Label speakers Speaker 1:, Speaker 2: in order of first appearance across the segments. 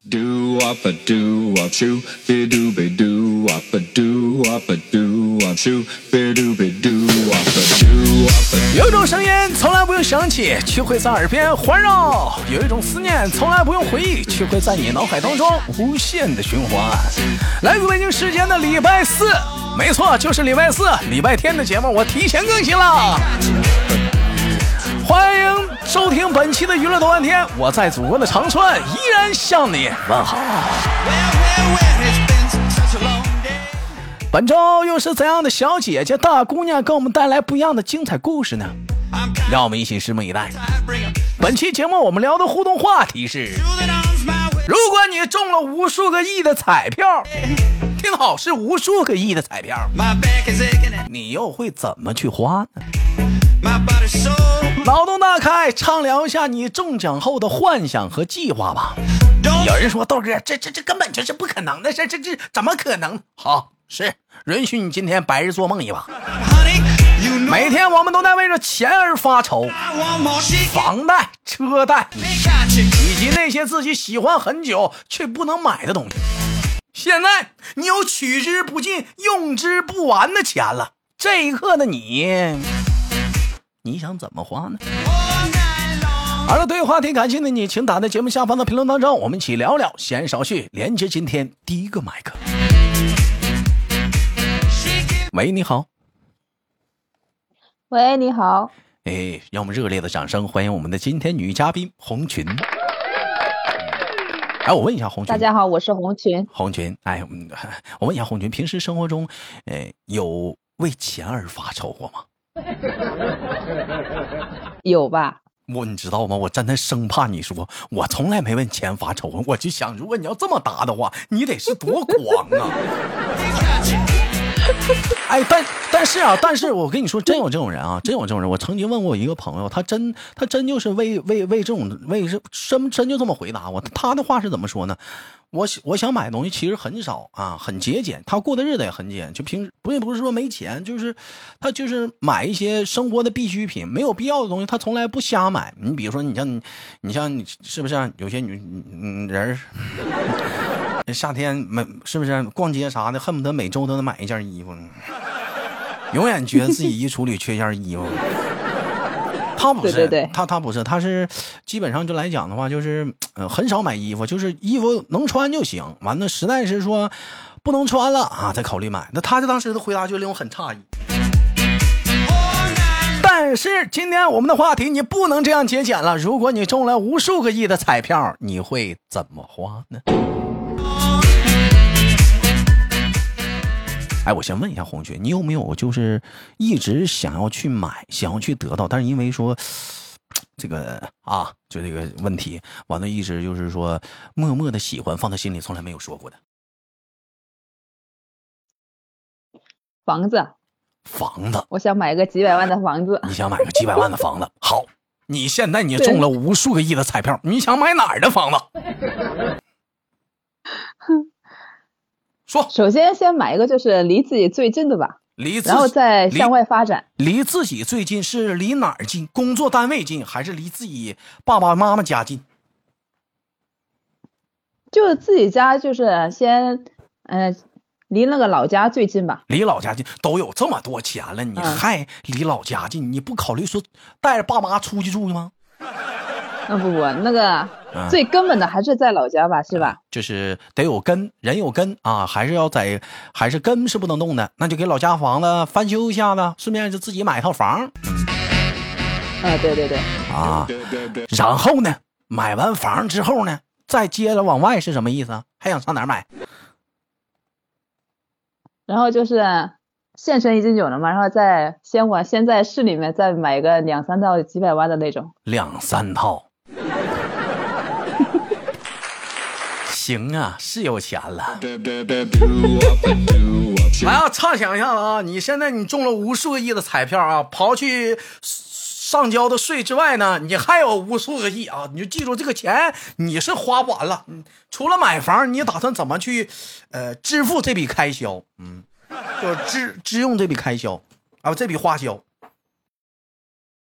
Speaker 1: Do up a do up shoo, be do be do up a do up a do up shoo, be do be do up a do up a。
Speaker 2: 有一种声音从来不用想起，却会在耳边环绕；有一种思念从来不用回忆，却会在你脑海当中无限的循环。来自北京时间的礼拜四，没错，就是礼拜四，礼拜天的节目我提前更新了。欢迎收听本期的娱乐豆瓣天，我在祖国的长春依然向你问好。本周又是怎样的小姐姐大姑娘给我们带来不一样的精彩故事呢？让我们一起拭目以待。本期节目我们聊的互动话题是，如果你中了无数个亿的彩票，听好，是无数个亿的彩票，你又会怎么去花呢？脑洞大开，畅聊一下你中奖后的幻想和计划吧。有人说豆哥，这根本就是不可能的事，这怎么可能？好，是允许你今天白日做梦一把。每天我们都在为着钱而发愁，房贷、车贷，以及那些自己喜欢很久却不能买的东西。现在你有取之不尽、用之不完的钱了，这一刻的你想怎么花呢？好了，对话题感兴趣的你，请打在节目下方的评论当中，我们一起聊聊。闲少叙，连接今天第一个麦克。喂，你好。
Speaker 3: 喂，你好。
Speaker 2: 哎，让我们热烈的掌声欢迎我们的今天女嘉宾红裙。哎，我问一下红裙。
Speaker 3: 大家好，我是红裙。
Speaker 2: 红裙，哎，我问一下红裙，平时生活中，有为钱而发愁过吗？
Speaker 3: 有吧？
Speaker 2: 你知道吗？我真的生怕你说我从来没为钱发愁，我就想，如果你要这么答的话，你得是多狂啊！哎，但是我跟你说，真有这种人啊，真有这种人。我曾经问过一个朋友，他真就是为这种真就这么回答我。他的话是怎么说呢？我想买东西其实很少啊，很节俭。他过的日子也很节俭，就平时不是说没钱，就是他就是买一些生活的必需品，没有必要的东西他从来不瞎买。你比如说，你像你是不是有些人夏天是不是逛街啥的，恨不得每周都能买一件衣服，永远觉得自己衣橱里缺件衣服。他不是，
Speaker 3: 对，
Speaker 2: 他不是，他是基本上就来讲的话，就是很少买衣服，就是衣服能穿就行。完了，实在是说不能穿了啊，再考虑买。那他当时的回答就令我很诧异。但是今天我们的话题，你不能这样节俭了。如果你中了无数个亿的彩票，你会怎么花呢？哎，我先问一下红雪，你有没有就是一直想要去买，想要去得到，但是因为说这个啊，就这个问题，完了一直就是说默默的喜欢放在心里，从来没有说过的。
Speaker 3: 房子，我想买个几百万的房子。
Speaker 2: 你想买个几百万的房子？好，你现在你中了无数个亿的彩票，你想买哪儿的房子？说，
Speaker 3: 首先买一个就是离自己最近的吧，然后再向外发展。
Speaker 2: 离自己最近是离哪儿近？工作单位近，还是离自己爸爸妈妈家近？
Speaker 3: 就自己家，就是先离那个老家最近吧。
Speaker 2: 离老家近，都有这么多钱了，你还离老家近？你不考虑说带着爸妈出去住吗？
Speaker 3: 不，那个最根本的还是在老家吧，是吧？
Speaker 2: 就是得有根，人有根啊，还是根是不能动的，那就给老家房子翻修一下子，顺便就自己买一套房。
Speaker 3: 对
Speaker 2: 啊，然后呢，买完房之后呢，再接着往外是什么意思啊？还想上哪儿买？
Speaker 3: 然后就是现成已经有了嘛，然后再先在市里面再买个2-3套几百万的那种。
Speaker 2: 2-3套。行啊，是有钱了。来啊，畅想一下啊！你现在你中了无数个亿的彩票啊，刨去上交的税之外呢，你还有无数个亿啊！你就记住这个钱你是花不完了。除了买房，你打算怎么去支付这笔开销？就是支用这笔开销啊，这笔花销。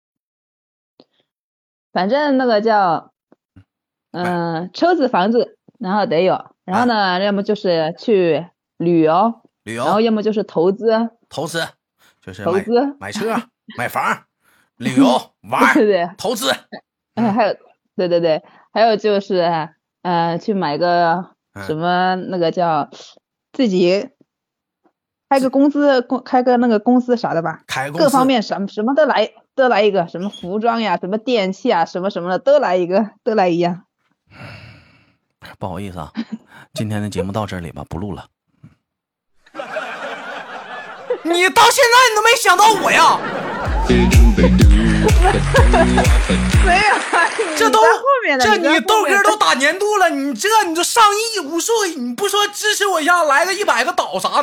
Speaker 3: 反正那个叫车子房子然后得有，然后呢，要么就是去旅游，然后要么就是投资，
Speaker 2: 就是
Speaker 3: 投资
Speaker 2: 买车、买房、旅游、玩，
Speaker 3: 对对，
Speaker 2: 投资。
Speaker 3: 还有，对，还有就是去买个什么那个叫自己开个公司，开个那个公司啥的吧，
Speaker 2: 开个公司
Speaker 3: 各方面什么都来一个，什么服装呀，什么电器啊，什么的都来一个，都来一样。
Speaker 2: 不好意思啊，今天的节目到这里吧，不录了。你到现在你都没想到我呀？
Speaker 3: 没有，
Speaker 2: 这都
Speaker 3: 后面的，
Speaker 2: 这你豆哥都打年度了，你就上亿无数，你不说支持我一下，来个100个岛啥的？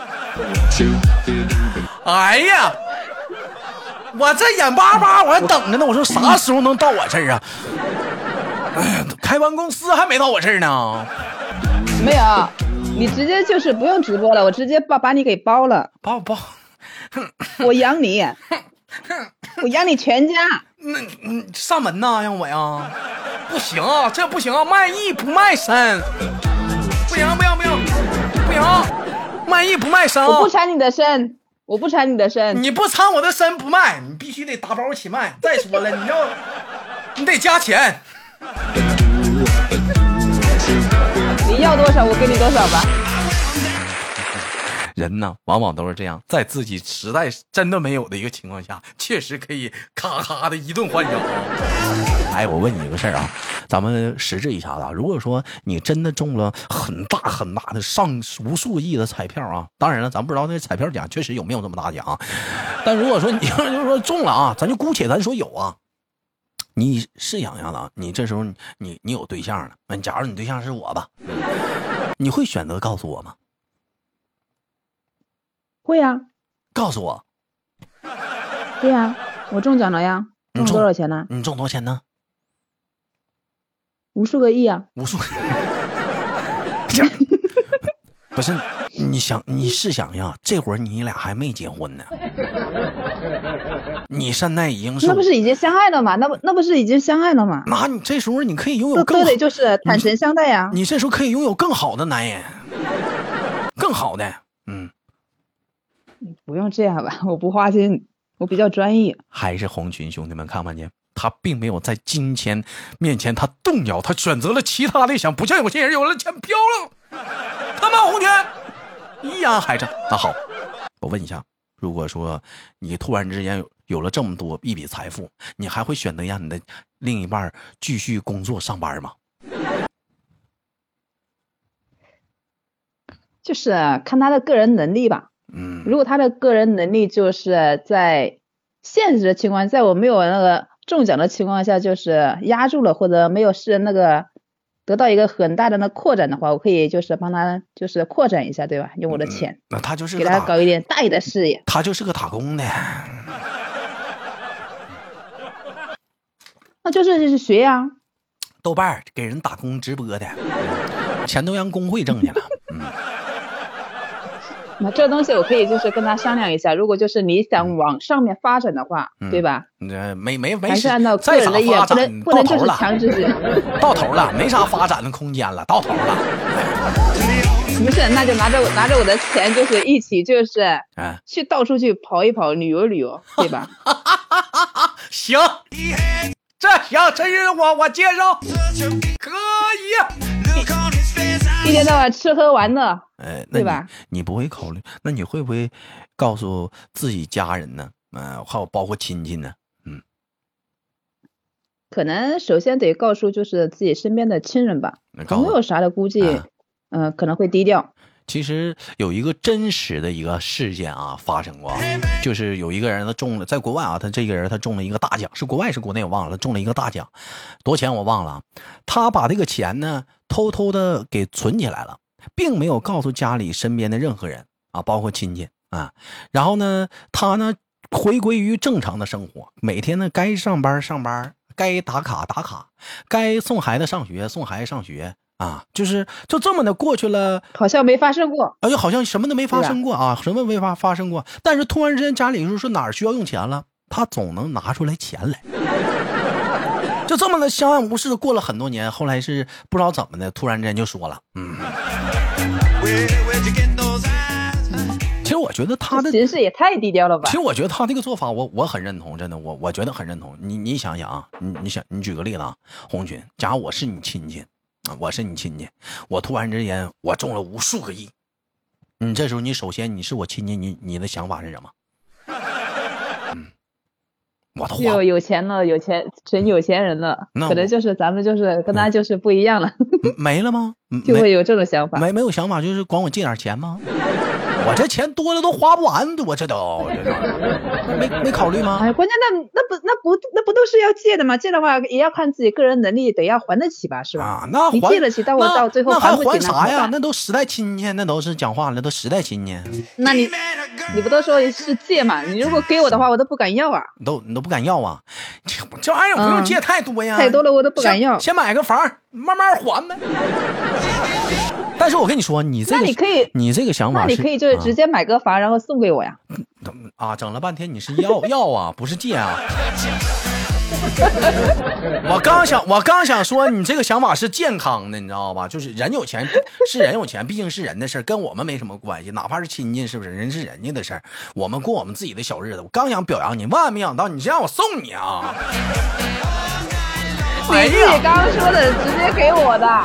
Speaker 2: 哎呀，我这眼巴巴，我还等着呢。我说啥时候能到我这儿啊？哎呀，开完公司还没到我这儿呢。
Speaker 3: 没有，你直接就是不用直播了，我直接把你给包了。
Speaker 2: 包，
Speaker 3: 我养你，我养你全家。
Speaker 2: 那上门呐，让我呀？不行啊，这不行啊，卖艺不卖身，不行，卖艺不卖身啊！
Speaker 3: 我不缠你的身，
Speaker 2: 你不缠我的身不卖，你必须得打包起卖。再说了，你得加钱。
Speaker 3: 你要多少我给你多少吧。
Speaker 2: 人呢，往往都是这样，在自己实在真的没有的一个情况下，确实可以咔咔的一顿欢笑。哎，我问你一个事儿啊，咱们实质一下子啊，如果说你真的中了很大的上无数亿的彩票啊，当然了，咱不知道那彩票奖确实有没有这么大奖，但如果说你就是说中了啊，咱就姑且咱说有啊。你试想一下子啊，你这时候你有对象了，那假如你对象是我吧，你会选择告诉我吗？
Speaker 3: 会啊，
Speaker 2: 告诉我。
Speaker 3: 对啊，我中奖了呀，中多少钱呢？
Speaker 2: 你中多少钱呢？
Speaker 3: 无数个亿啊！
Speaker 2: 无数个不是，你试想一下，这会儿你俩还没结婚呢，你现在已经是
Speaker 3: 那不是已经相爱了吗？那不是已经相爱了吗？
Speaker 2: 那你这时候你可以拥有更
Speaker 3: 都得就是坦诚相待呀。
Speaker 2: 你这时候可以拥有更好的男人，更好的，
Speaker 3: 不用这样吧，我不花心，我比较专一。
Speaker 2: 还是红群兄弟们看不见，他并没有在金钱面前他动摇，他选择了其他的想，不像有些人有了钱飘了。他们红群依然还着。那好，我问一下，如果说你突然之间有了这么多一笔财富，你还会选择让你的另一半继续工作上班吗？
Speaker 3: 就是看他的个人能力吧。如果他的个人能力就是在现实的情况，在我没有那个中奖的情况下，就是压住了或者没有是那个得到一个很大的那扩展的话，我可以就是帮他就是扩展一下，对吧？用我的钱，
Speaker 2: 那他就是
Speaker 3: 给他搞一点大一点的事业。
Speaker 2: 他就是个打工的，
Speaker 3: 那就是学呀。
Speaker 2: 豆瓣给人打工直播的，钱都让工会挣去了。
Speaker 3: 那这东西我可以就是跟他商量一下，如果就是你想往上面发展的话，对吧？
Speaker 2: 没
Speaker 3: 还是按照个人的意愿，不能就是强制性。
Speaker 2: 到头了，没啥发展的空间了，到头了。
Speaker 3: 不是，那就拿着我的钱，就是一起就是去到处去跑一跑，旅游，对吧？
Speaker 2: 行，这行，这是我介绍，可以。
Speaker 3: 一天到晚吃喝玩乐，对吧？
Speaker 2: 你不会考虑？那你会不会告诉自己家人呢？还有包括亲戚呢？
Speaker 3: 可能首先得告诉就是自己身边的亲人吧，朋友啥的估计，可能会低调。
Speaker 2: 其实有一个真实的一个事件啊发生过，就是有一个人他中了，在国外啊，他这个人他中了一个大奖，是国外是国内我忘了，中了一个大奖，多少钱我忘了。他把这个钱呢偷偷的给存起来了，并没有告诉家里身边的任何人啊，包括亲戚啊。然后呢，他呢回归于正常的生活，每天呢该上班上班，该打卡打卡，该送孩子上学送孩子上学。就这么的过去了，
Speaker 3: 好像没发生过。
Speaker 2: 哎呀，好像什么都没发生过啊，什么没发生过。但是突然之间家里说哪儿需要用钱了，他总能拿出来钱来。 就这么的相安无事的过了很多年，后来是不知道怎么的，突然之间就说了，其实我觉得他的
Speaker 3: 形式也太低调了吧。
Speaker 2: 其实我觉得他这个做法我很认同，真的，我觉得很认同。你想想啊，你举个例子啊，红军，假如我是你亲戚啊，我突然之间我中了无数个亿，你这时候你首先你是我亲戚，你的想法是什么？我的话
Speaker 3: 有钱了，成有钱人了，可能就是咱们就是跟他就是不一样了，
Speaker 2: 没了吗？
Speaker 3: 就会有这种想法。
Speaker 2: 没有想法，就是管我借点钱吗？我这钱多了都花不完，我这都没考虑吗？
Speaker 3: 哎，关键那不都是要借的吗？借的话也要看自己个人能力，得要还得起吧，是吧？
Speaker 2: 啊，那
Speaker 3: 你借得起，但我到最后
Speaker 2: 还
Speaker 3: 不起，
Speaker 2: 还啥呀？那都时代亲戚，那都是讲话了，都时代亲戚。
Speaker 3: 那你不都说是借嘛？你如果给我的话，我都不敢要啊。
Speaker 2: 你都不敢要啊？这玩意儿不用借太多呀，
Speaker 3: 太多了我都不敢要。
Speaker 2: 先买个房，慢慢还呗。但是我跟你说，你这个，
Speaker 3: 那你可以，
Speaker 2: 你这个想法是，
Speaker 3: 那你可以就是直接买个房，然后送给我呀。
Speaker 2: 啊，整了半天你是要啊，不是借啊。我刚想说，你这个想法是健康的，你知道吧？就是人有钱是人有钱，毕竟是人的事儿，跟我们没什么关系。哪怕是亲戚，是不是？人是人家的事儿，我们过我们自己的小日子。我刚想表扬你，万万没想到你是让我送你啊！
Speaker 3: 你自己刚刚说的，直接给我的。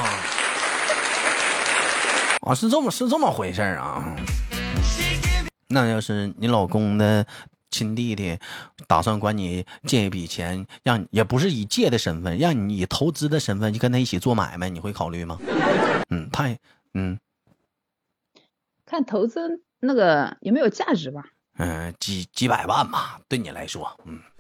Speaker 2: 啊，是这么回事啊。那要是你老公的亲弟弟打算管你借一笔钱，也不是以借的身份，让你以投资的身份去跟他一起做买卖，你会考虑吗？
Speaker 3: 看投资那个有没有价值吧。
Speaker 2: 几百万吧，对你来说，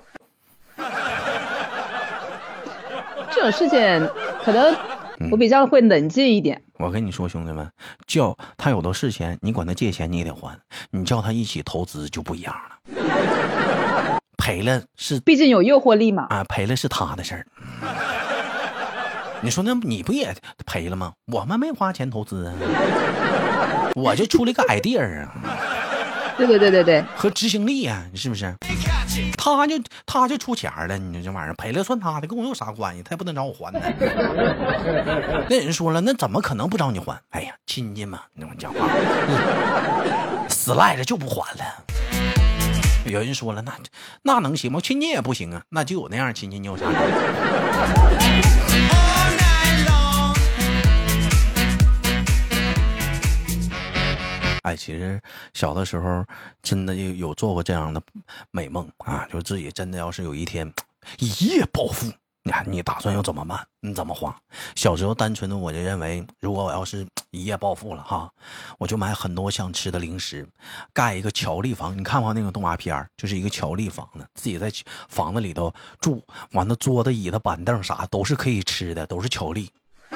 Speaker 3: 这种事情可能我比较会冷静一点。
Speaker 2: 我跟你说，兄弟们，叫他有的是钱，你管他借钱你也得还，你叫他一起投资就不一样了。赔了是，
Speaker 3: 毕竟有诱惑力嘛。
Speaker 2: 啊，赔了是他的事儿。你说那你不也赔了吗？我们没花钱投资啊，我就出了一个 idea 啊。
Speaker 3: 对，
Speaker 2: 和执行力啊，是不是？他就出钱了，你这玩意儿赔了算他的，跟我有啥关系？他也不能找我还呢。那人说了，那怎么可能不找你还？哎呀，亲戚嘛，那种讲话，死赖着就不还了。有人说了，那能行吗？亲戚也不行啊，那就有那样亲戚，你有啥？哎，其实小的时候真的有做过这样的美梦啊，就自己真的要是有一天一夜暴富，你打算要怎么办？你怎么花？小时候单纯的我就认为，如果我要是一夜暴富了哈，我就买很多想吃的零食，盖一个乔丽房。你看过那个动画片，就是一个乔丽房子，自己在房子里头住，完了桌子、椅子、板凳啥都是可以吃的，都是乔丽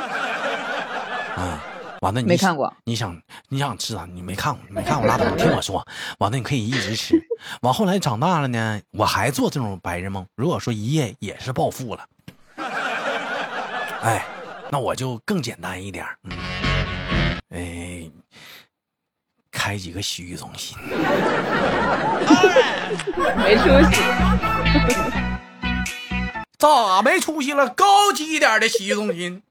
Speaker 2: 啊。完了你
Speaker 3: 没看过，
Speaker 2: 你想吃啥？你没看过拉倒，听我说。完了你可以一直吃。完后来长大了呢，我还做这种白日梦。如果说一夜也是暴富了，哎，那我就更简单一点，开几个洗浴中心。
Speaker 3: 没出息。
Speaker 2: 咋没出息了？高级一点的洗浴中心。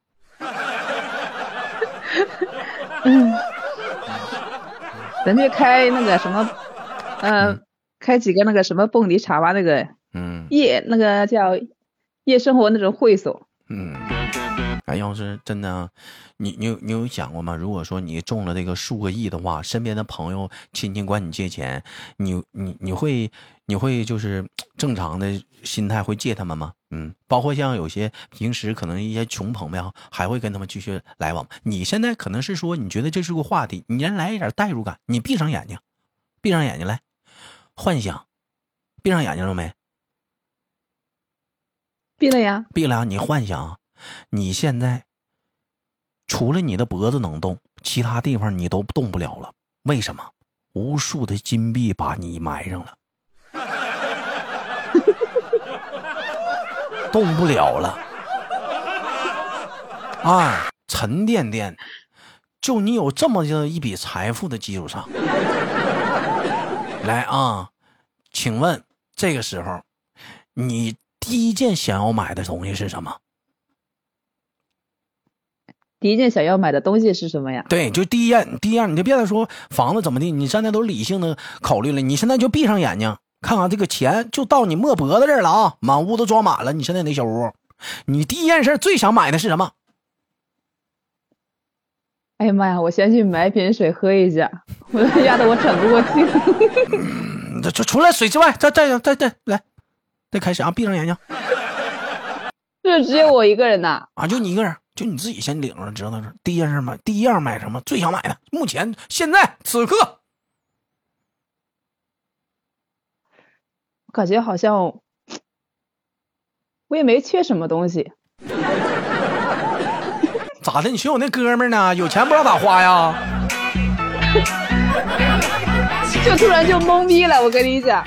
Speaker 3: 咱就开那个什么，开几个那个什么蹦迪茶吧，那个，那个叫夜生活那种会所。
Speaker 2: 哎，要是真的，你有想过吗？如果说你中了这个数个亿的话，身边的朋友亲戚管你借钱，你会就是正常的心态会借他们吗？包括像有些平时可能一些穷朋友还会跟他们继续来往。你现在可能是说你觉得这是个话题，你先来一点代入感，你闭上眼睛来幻想，闭上眼睛了没？
Speaker 3: 闭了呀。
Speaker 2: 闭了，你幻想你现在除了你的脖子能动，其他地方你都动不了了。为什么？无数的金币把你埋上了。动不了了啊！沉甸甸，就你有这么一笔财富的基础上，来啊，请问这个时候，你第一件想要买的东西是什么？
Speaker 3: 第一件想要买的东西是什么呀？
Speaker 2: 对，就第一样，你就别再说房子怎么地，你现在都理性的考虑了，你现在就闭上眼睛，看看这个钱就到你没脖子这儿了啊，满屋都装满了，你现在那小屋，你第一件事最想买的是什么？
Speaker 3: 哎呀妈呀，我先去买瓶水喝一下，我压得我喘不过气。
Speaker 2: 这除了水之外，再来，再开始啊，闭上眼睛。
Speaker 3: 这只有我一个人呐？
Speaker 2: 啊，就你一个人，就你自己先领着，知道是第一件事买，第一样买什么？最想买的，目前现在此刻，
Speaker 3: 我感觉好像我也没缺什么东西。
Speaker 2: 咋的？你学我那哥们儿呢？有钱不知道咋花呀？
Speaker 3: 就突然就懵逼了，我跟你讲。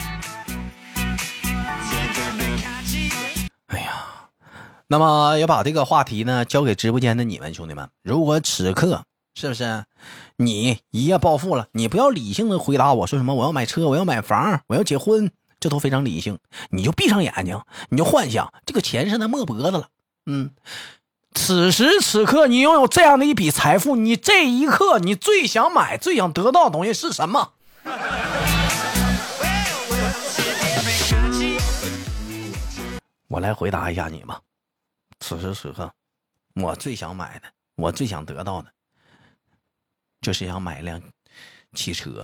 Speaker 2: 哎呀，那么要把这个话题呢交给直播间的你们兄弟们，如果此刻是不是你一夜暴富了，你不要理性的回答我说什么我要买车，我要买房，我要结婚，这都非常理性，你就闭上眼睛，你就幻想这个钱是他没脖子了。此时此刻你拥有这样的一笔财富，你这一刻你最想买最想得到的东西是什么？我来回答一下你吧。此时此刻我最想买的，我最想得到的就是想买一辆汽车。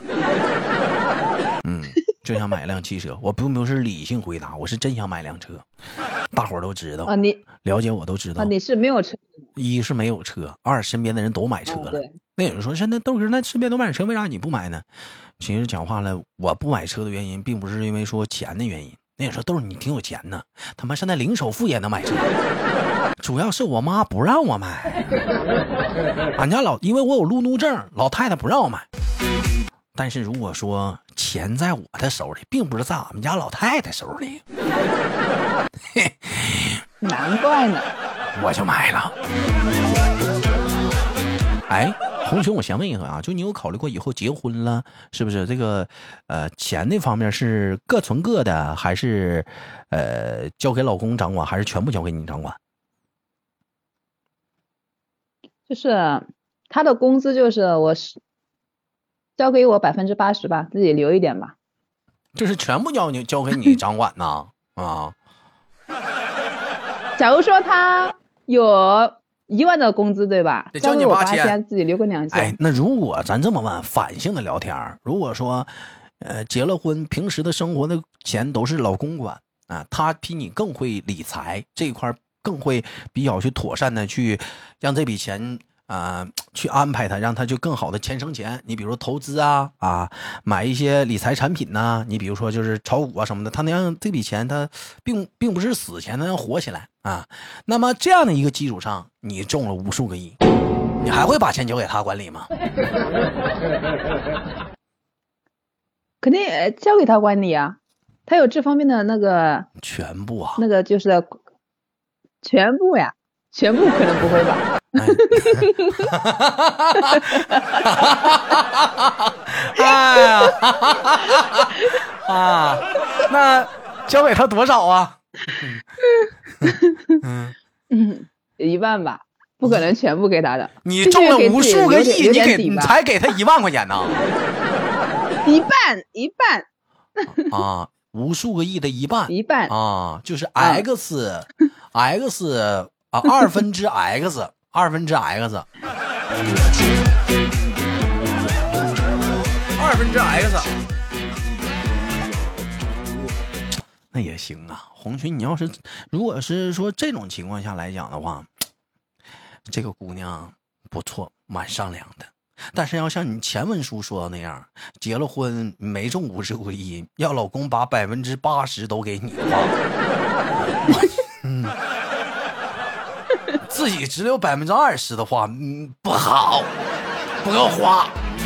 Speaker 2: 就想买一辆汽车，我并不是理性回答，我是真想买辆车。大伙儿都知道啊，
Speaker 3: 你
Speaker 2: 了解我都知道
Speaker 3: 你是没有车，
Speaker 2: 一是没有车，二身边的人都买车了。那有人说现在豆哥那身边都买车，为啥你不买呢？其实讲话了，我不买车的原因并不是因为说钱的原因。那有人说豆你挺有钱呢，他妈现在零首付也能买车，主要是我妈不让我买。俺家因为我有路怒症，老太太不让我买。但是如果说钱在我的手里，并不是在俺们家老太太手里，
Speaker 3: 难怪呢，
Speaker 2: 我就买了。哎，红熊，我想问一个啊，就你有考虑过以后结婚了，是不是这个钱那方面是各存各的，还是交给老公掌管，还是全部交给你掌管？
Speaker 3: 就是他的工资就是交给我80%吧，自己留一点吧。
Speaker 2: 就是全部交给你掌管呢？啊？
Speaker 3: 假如说他有1万的工资，对吧？交给我8000，自己留个2000。
Speaker 2: 哎，那如果咱这么问，反性的聊天，如果说，结了婚，平时的生活的钱都是老公管啊，他比你更会理财这一块，更会比较去妥善的去让这笔钱。去安排它，让它就更好的钱生钱。你比如说投资买一些理财产品呐，你比如说就是炒股啊什么的，他能让这笔钱它并不是死钱，它能活起来啊。那么这样的一个基础上，你中了无数个亿，你还会把钱交给他管理吗？
Speaker 3: 肯定交给他管理啊，他有这方面的那个
Speaker 2: 全部啊，
Speaker 3: 那个就是全部呀。全部可能不会吧？
Speaker 2: 哎呀，那交给他多少啊
Speaker 3: ？1万吧，不可能全部给他的。
Speaker 2: 你中了无数个亿，你才给他1万块钱呢？
Speaker 3: 一半
Speaker 2: 啊，无数个亿的一半啊，就是 X 2分之 X， 2分之 X， 2分之 X， 那也行啊。红裙，你如果是说这种情况下来讲的话，这个姑娘不错，蛮善良的。但是要像你前文书说的那样，结了婚没中50个亿，要老公把80%都给你花，自己只有20%的话，不好，不够花。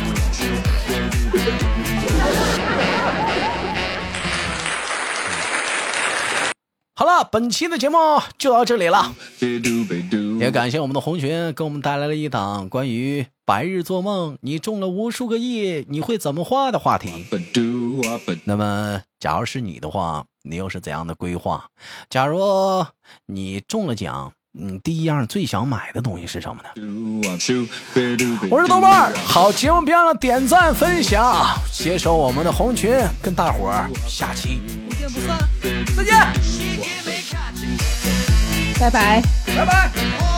Speaker 2: 好了，本期的节目就到这里了，也感谢我们的红群给我们带来了一档关于白日做梦你中了无数个亿你会怎么花的话题。那么假如是你的话， 你又是怎样的规划？假如你中了奖，你第一样最想买的东西是什么呢？我是豆瓣，好节目别忘了点赞分享，携手我们的红群，跟大伙儿下期不见不散，再见，
Speaker 3: 拜拜，
Speaker 2: 拜拜。